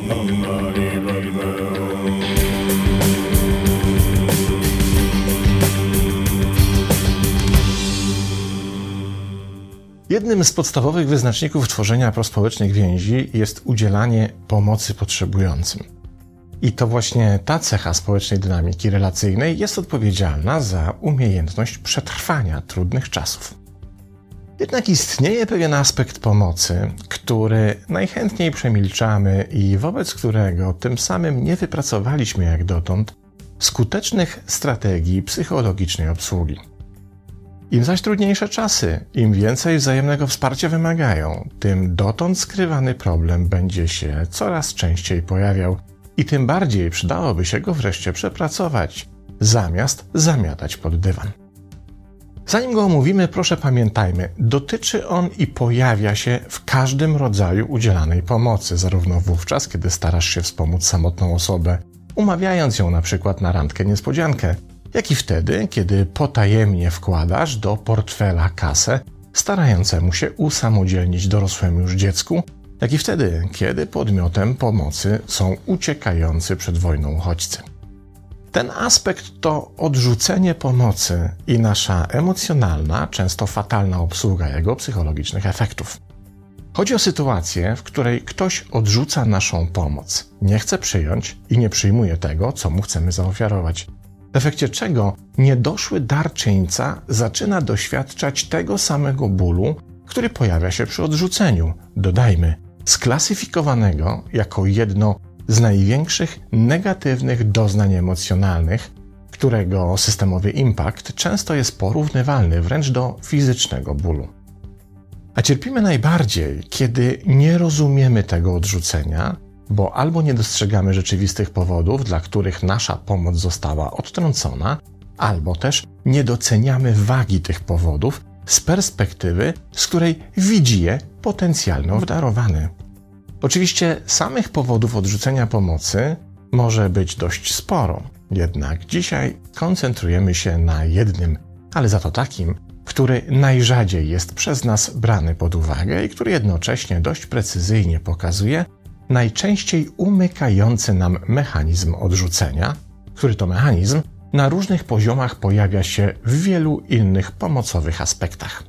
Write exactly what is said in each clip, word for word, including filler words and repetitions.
Jednym z podstawowych wyznaczników tworzenia prospołecznych więzi jest udzielanie pomocy potrzebującym. I to właśnie ta cecha społecznej dynamiki relacyjnej jest odpowiedzialna za umiejętność przetrwania trudnych czasów. Jednak istnieje pewien aspekt pomocy, który najchętniej przemilczamy i wobec którego tym samym nie wypracowaliśmy jak dotąd skutecznych strategii psychologicznej obsługi. Im zaś trudniejsze czasy, im więcej wzajemnego wsparcia wymagają, tym dotąd skrywany problem będzie się coraz częściej pojawiał i tym bardziej przydałoby się go wreszcie przepracować, zamiast zamiatać pod dywan. Zanim go omówimy, proszę pamiętajmy, dotyczy on i pojawia się w każdym rodzaju udzielanej pomocy, zarówno wówczas, kiedy starasz się wspomóc samotną osobę, umawiając ją na przykład na randkę niespodziankę, jak i wtedy, kiedy potajemnie wkładasz do portfela kasę starającemu się usamodzielnić dorosłemu już dziecku, jak i wtedy, kiedy podmiotem pomocy są uciekający przed wojną uchodźcy. Ten aspekt to odrzucenie pomocy i nasza emocjonalna, często fatalna obsługa jego psychologicznych efektów. Chodzi o sytuację, w której ktoś odrzuca naszą pomoc, nie chce przyjąć i nie przyjmuje tego, co mu chcemy zaofiarować. W efekcie czego niedoszły darczyńca zaczyna doświadczać tego samego bólu, który pojawia się przy odrzuceniu, dodajmy, sklasyfikowanego jako jedno z największych negatywnych doznań emocjonalnych, którego systemowy impact często jest porównywalny wręcz do fizycznego bólu. A cierpimy najbardziej, kiedy nie rozumiemy tego odrzucenia, bo albo nie dostrzegamy rzeczywistych powodów, dla których nasza pomoc została odtrącona, albo też nie doceniamy wagi tych powodów z perspektywy, z której widzi je potencjalnie obdarowany. Oczywiście samych powodów odrzucenia pomocy może być dość sporo, jednak dzisiaj koncentrujemy się na jednym, ale za to takim, który najrzadziej jest przez nas brany pod uwagę i który jednocześnie dość precyzyjnie pokazuje najczęściej umykający nam mechanizm odrzucenia, który to mechanizm na różnych poziomach pojawia się w wielu innych pomocowych aspektach.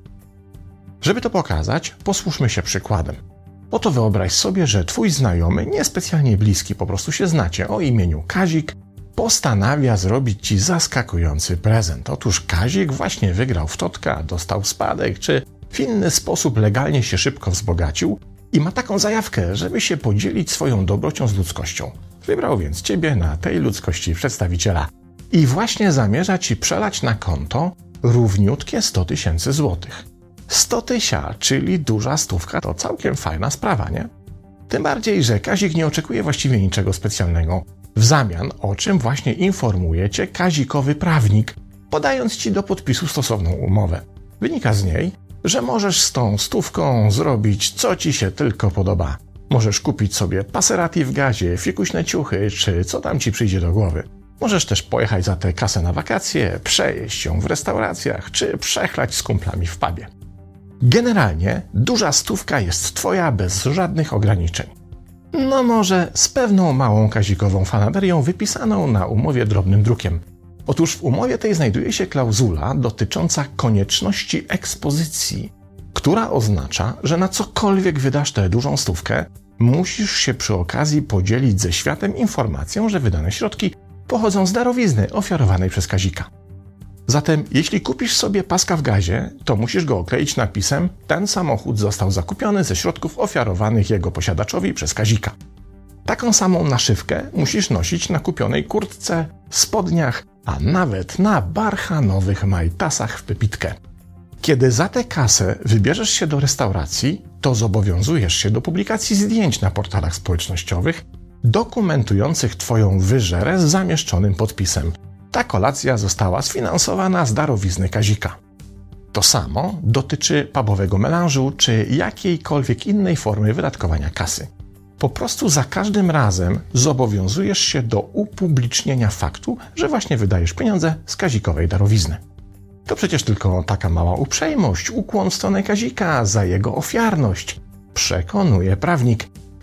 Żeby to pokazać, posłużmy się przykładem. Oto wyobraź sobie, że twój znajomy, niespecjalnie bliski, po prostu się znacie, o imieniu Kazik, postanawia zrobić ci zaskakujący prezent. Otóż Kazik właśnie wygrał w totka, dostał spadek, czy w inny sposób legalnie się szybko wzbogacił i ma taką zajawkę, żeby się podzielić swoją dobrocią z ludzkością. Wybrał więc ciebie na tej ludzkości przedstawiciela i właśnie zamierza ci przelać na konto równiutkie sto tysięcy złotych. sto tysięcy, czyli duża stówka, to całkiem fajna sprawa, nie? Tym bardziej, że Kazik nie oczekuje właściwie niczego specjalnego. W zamian, o czym właśnie informuje cię Kazikowy prawnik, podając ci do podpisu stosowną umowę. Wynika z niej, że możesz z tą stówką zrobić, co ci się tylko podoba. Możesz kupić sobie Passerati w gazie, fikuśne ciuchy, czy co tam ci przyjdzie do głowy. Możesz też pojechać za tę kasę na wakacje, przejeść ją w restauracjach, czy przechlać z kumplami w pubie. Generalnie duża stówka jest twoja bez żadnych ograniczeń. No może z pewną małą kazikową fanaberią wypisaną na umowie drobnym drukiem. Otóż w umowie tej znajduje się klauzula dotycząca konieczności ekspozycji, która oznacza, że na cokolwiek wydasz tę dużą stówkę, musisz się przy okazji podzielić ze światem informacją, że wydane środki pochodzą z darowizny ofiarowanej przez Kazika. Zatem jeśli kupisz sobie paska w gazie, to musisz go okleić napisem: ten samochód został zakupiony ze środków ofiarowanych jego posiadaczowi przez Kazika. Taką samą naszywkę musisz nosić na kupionej kurtce, spodniach, a nawet na barchanowych majtasach w pepitkę. Kiedy za tę kasę wybierzesz się do restauracji, to zobowiązujesz się do publikacji zdjęć na portalach społecznościowych dokumentujących twoją wyżerę z zamieszczonym podpisem: ta kolacja została sfinansowana z darowizny Kazika. To samo dotyczy pubowego melanżu czy jakiejkolwiek innej formy wydatkowania kasy. Po prostu za każdym razem zobowiązujesz się do upublicznienia faktu, że właśnie wydajesz pieniądze z Kazikowej darowizny. To przecież tylko taka mała uprzejmość, ukłon w stronę Kazika za jego ofiarność, przekonuje prawnik,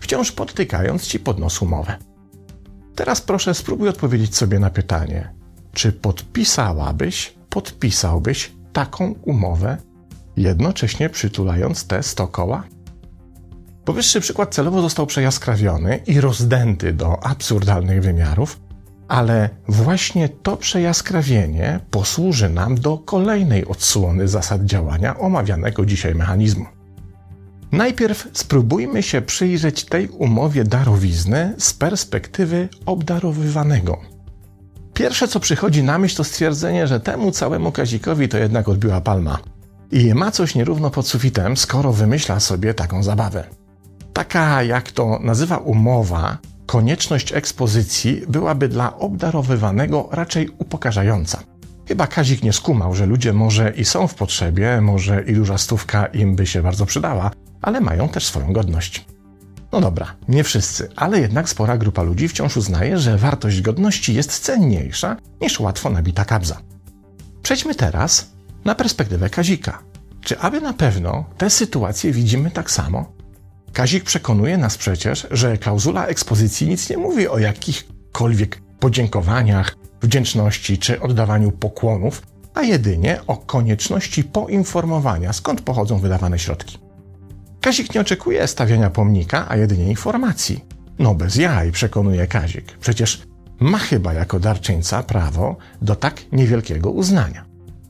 wciąż podtykając ci pod nos umowę. Teraz proszę spróbuj odpowiedzieć sobie na pytanie, czy podpisałabyś, podpisałbyś taką umowę, jednocześnie przytulając te sto koła? Powyższy przykład celowo został przejaskrawiony i rozdęty do absurdalnych wymiarów, ale właśnie to przejaskrawienie posłuży nam do kolejnej odsłony zasad działania omawianego dzisiaj mechanizmu. Najpierw spróbujmy się przyjrzeć tej umowie darowizny z perspektywy obdarowywanego. Pierwsze, co przychodzi na myśl, to stwierdzenie, że temu całemu Kazikowi to jednak odbiła palma. I ma coś nierówno pod sufitem, skoro wymyśla sobie taką zabawę. Taka, jak to nazywa umowa, konieczność ekspozycji byłaby dla obdarowywanego raczej upokarzająca. Chyba Kazik nie skumał, że ludzie może i są w potrzebie, może i duża stówka im by się bardzo przydała, ale mają też swoją godność. No dobra, nie wszyscy, ale jednak spora grupa ludzi wciąż uznaje, że wartość godności jest cenniejsza niż łatwo nabita kabza. Przejdźmy teraz na perspektywę Kazika. Czy aby na pewno tę sytuację widzimy tak samo? Kazik przekonuje nas przecież, że klauzula ekspozycji nic nie mówi o jakichkolwiek podziękowaniach, wdzięczności czy oddawaniu pokłonów, a jedynie o konieczności poinformowania, skąd pochodzą wydawane środki. Kazik nie oczekuje stawiania pomnika, a jedynie informacji. No bez jaj, przekonuje Kazik. Przecież ma chyba jako darczyńca prawo do tak niewielkiego uznania.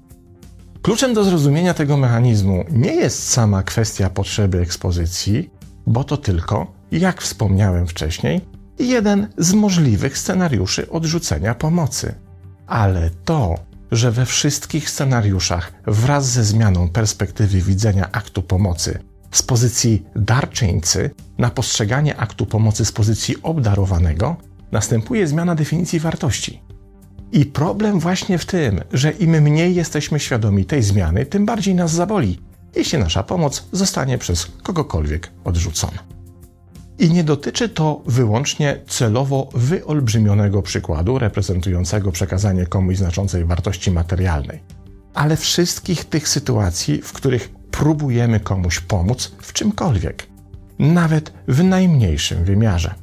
Kluczem do zrozumienia tego mechanizmu nie jest sama kwestia potrzeby ekspozycji, bo to tylko, jak wspomniałem wcześniej, jeden z możliwych scenariuszy odrzucenia pomocy. Ale to, że we wszystkich scenariuszach wraz ze zmianą perspektywy widzenia aktu pomocy z pozycji darczyńcy na postrzeganie aktu pomocy z pozycji obdarowanego, następuje zmiana definicji wartości. I problem właśnie w tym, że im mniej jesteśmy świadomi tej zmiany, tym bardziej nas zaboli, jeśli nasza pomoc zostanie przez kogokolwiek odrzucona. I nie dotyczy to wyłącznie celowo wyolbrzymionego przykładu reprezentującego przekazanie komuś znaczącej wartości materialnej, ale wszystkich tych sytuacji, w których próbujemy komuś pomóc w czymkolwiek, nawet w najmniejszym wymiarze.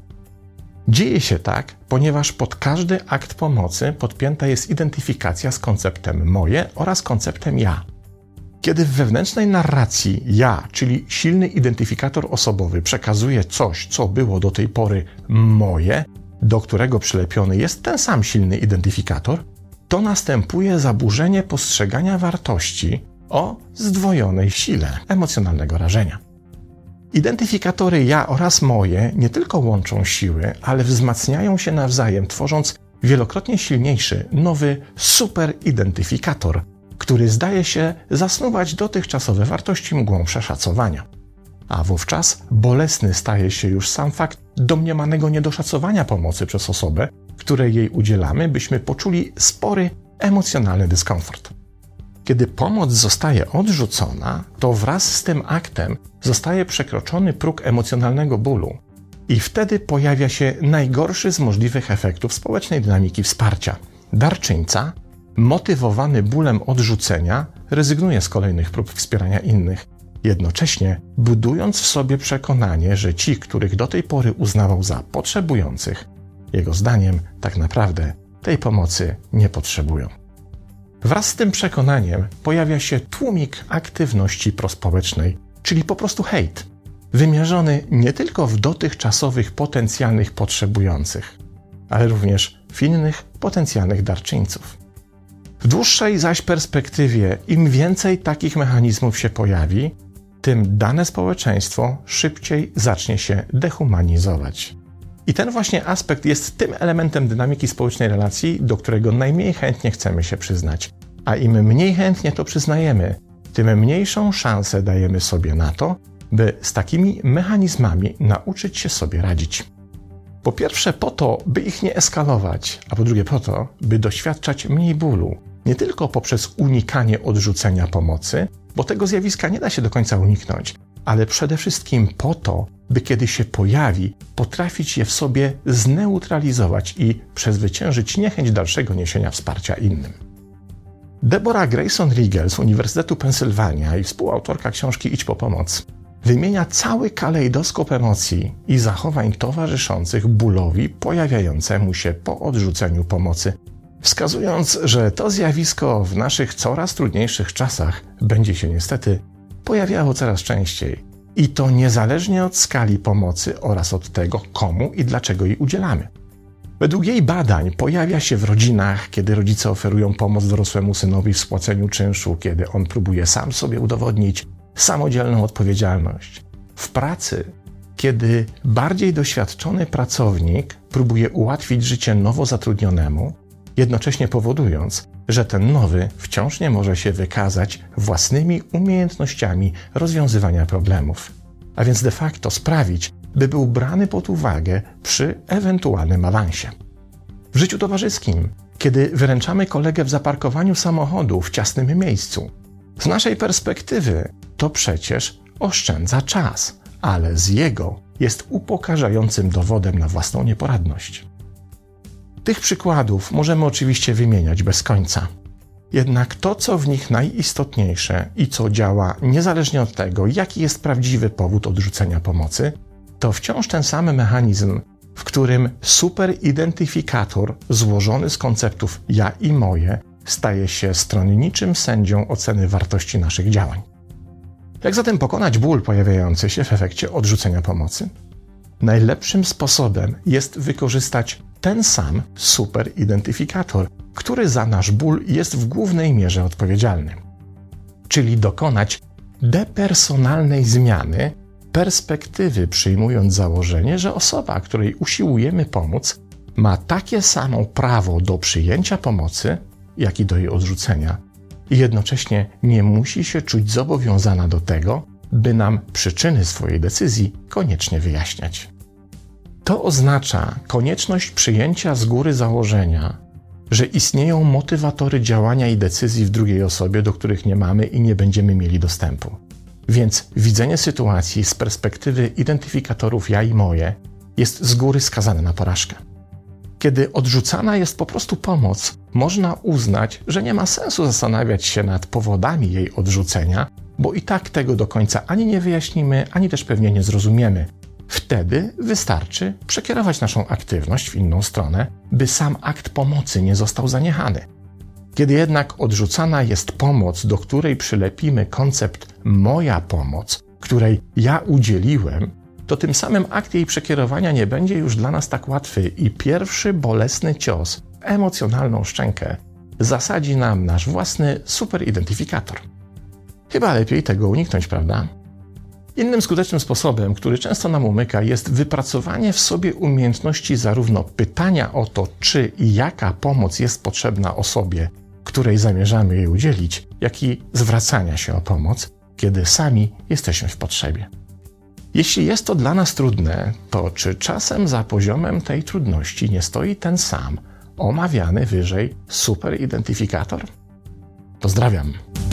Dzieje się tak, ponieważ pod każdy akt pomocy podpięta jest identyfikacja z konceptem moje oraz konceptem ja. Kiedy w wewnętrznej narracji ja, czyli silny identyfikator osobowy, przekazuje coś, co było do tej pory moje, do którego przylepiony jest ten sam silny identyfikator, to następuje zaburzenie postrzegania wartości o zdwojonej sile emocjonalnego rażenia. Identyfikatory ja oraz moje nie tylko łączą siły, ale wzmacniają się nawzajem, tworząc wielokrotnie silniejszy, nowy superidentyfikator, który zdaje się zasnuwać dotychczasowe wartości mgłą przeszacowania. A wówczas bolesny staje się już sam fakt domniemanego niedoszacowania pomocy przez osobę, której jej udzielamy, byśmy poczuli spory emocjonalny dyskomfort. Kiedy pomoc zostaje odrzucona, to wraz z tym aktem zostaje przekroczony próg emocjonalnego bólu i wtedy pojawia się najgorszy z możliwych efektów społecznej dynamiki wsparcia. Darczyńca, motywowany bólem odrzucenia, rezygnuje z kolejnych prób wspierania innych, jednocześnie budując w sobie przekonanie, że ci, których do tej pory uznawał za potrzebujących, jego zdaniem tak naprawdę tej pomocy nie potrzebują. Wraz z tym przekonaniem pojawia się tłumik aktywności prospołecznej, czyli po prostu hejt, wymierzony nie tylko w dotychczasowych potencjalnych potrzebujących, ale również w innych potencjalnych darczyńców. W dłuższej zaś perspektywie im więcej takich mechanizmów się pojawi, tym dane społeczeństwo szybciej zacznie się dehumanizować. I ten właśnie aspekt jest tym elementem dynamiki społecznej relacji, do którego najmniej chętnie chcemy się przyznać. A im mniej chętnie to przyznajemy, tym mniejszą szansę dajemy sobie na to, by z takimi mechanizmami nauczyć się sobie radzić. Po pierwsze po to, by ich nie eskalować, a po drugie po to, by doświadczać mniej bólu, nie tylko poprzez unikanie odrzucenia pomocy, bo tego zjawiska nie da się do końca uniknąć, ale przede wszystkim po to, by kiedy się pojawi, potrafić je w sobie zneutralizować i przezwyciężyć niechęć dalszego niesienia wsparcia innym. Deborah Grayson Riegel z Uniwersytetu Pensylwania i współautorka książki Idź po pomoc wymienia cały kalejdoskop emocji i zachowań towarzyszących bólowi pojawiającemu się po odrzuceniu pomocy, wskazując, że to zjawisko w naszych coraz trudniejszych czasach będzie się niestety pojawiało coraz częściej. I to niezależnie od skali pomocy oraz od tego, komu i dlaczego jej udzielamy. Według jej badań pojawia się w rodzinach, kiedy rodzice oferują pomoc dorosłemu synowi w spłaceniu czynszu, kiedy on próbuje sam sobie udowodnić samodzielną odpowiedzialność. W pracy, kiedy bardziej doświadczony pracownik próbuje ułatwić życie nowo zatrudnionemu, jednocześnie powodując, że ten nowy wciąż nie może się wykazać własnymi umiejętnościami rozwiązywania problemów, a więc de facto sprawić, by był brany pod uwagę przy ewentualnym awansie. W życiu towarzyskim, kiedy wyręczamy kolegę w zaparkowaniu samochodu w ciasnym miejscu, z naszej perspektywy to przecież oszczędza czas, ale z jego jest upokarzającym dowodem na własną nieporadność. Tych przykładów możemy oczywiście wymieniać bez końca. Jednak to, co w nich najistotniejsze i co działa niezależnie od tego, jaki jest prawdziwy powód odrzucenia pomocy, to wciąż ten sam mechanizm, w którym superidentyfikator złożony z konceptów ja i moje staje się stronniczym sędzią oceny wartości naszych działań. Jak zatem pokonać ból pojawiający się w efekcie odrzucenia pomocy? Najlepszym sposobem jest wykorzystać ten sam superidentyfikator, który za nasz ból jest w głównej mierze odpowiedzialny. Czyli dokonać depersonalnej zmiany perspektywy, przyjmując założenie, że osoba, której usiłujemy pomóc, ma takie samo prawo do przyjęcia pomocy, jak i do jej odrzucenia i jednocześnie nie musi się czuć zobowiązana do tego, by nam przyczyny swojej decyzji koniecznie wyjaśniać. To oznacza konieczność przyjęcia z góry założenia, że istnieją motywatory działania i decyzji w drugiej osobie, do których nie mamy i nie będziemy mieli dostępu. Więc widzenie sytuacji z perspektywy identyfikatorów ja i moje jest z góry skazane na porażkę. Kiedy odrzucana jest po prostu pomoc, można uznać, że nie ma sensu zastanawiać się nad powodami jej odrzucenia, bo i tak tego do końca ani nie wyjaśnimy, ani też pewnie nie zrozumiemy. Wtedy wystarczy przekierować naszą aktywność w inną stronę, by sam akt pomocy nie został zaniechany. Kiedy jednak odrzucana jest pomoc, do której przylepimy koncept moja pomoc, której ja udzieliłem, to tym samym akt jej przekierowania nie będzie już dla nas tak łatwy i pierwszy bolesny cios w emocjonalną szczękę zasadzi nam nasz własny superidentyfikator. Chyba lepiej tego uniknąć, prawda? Innym skutecznym sposobem, który często nam umyka, jest wypracowanie w sobie umiejętności zarówno pytania o to, czy i jaka pomoc jest potrzebna osobie, której zamierzamy jej udzielić, jak i zwracania się o pomoc, kiedy sami jesteśmy w potrzebie. Jeśli jest to dla nas trudne, to czy czasem za poziomem tej trudności nie stoi ten sam, omawiany wyżej superidentyfikator? Pozdrawiam.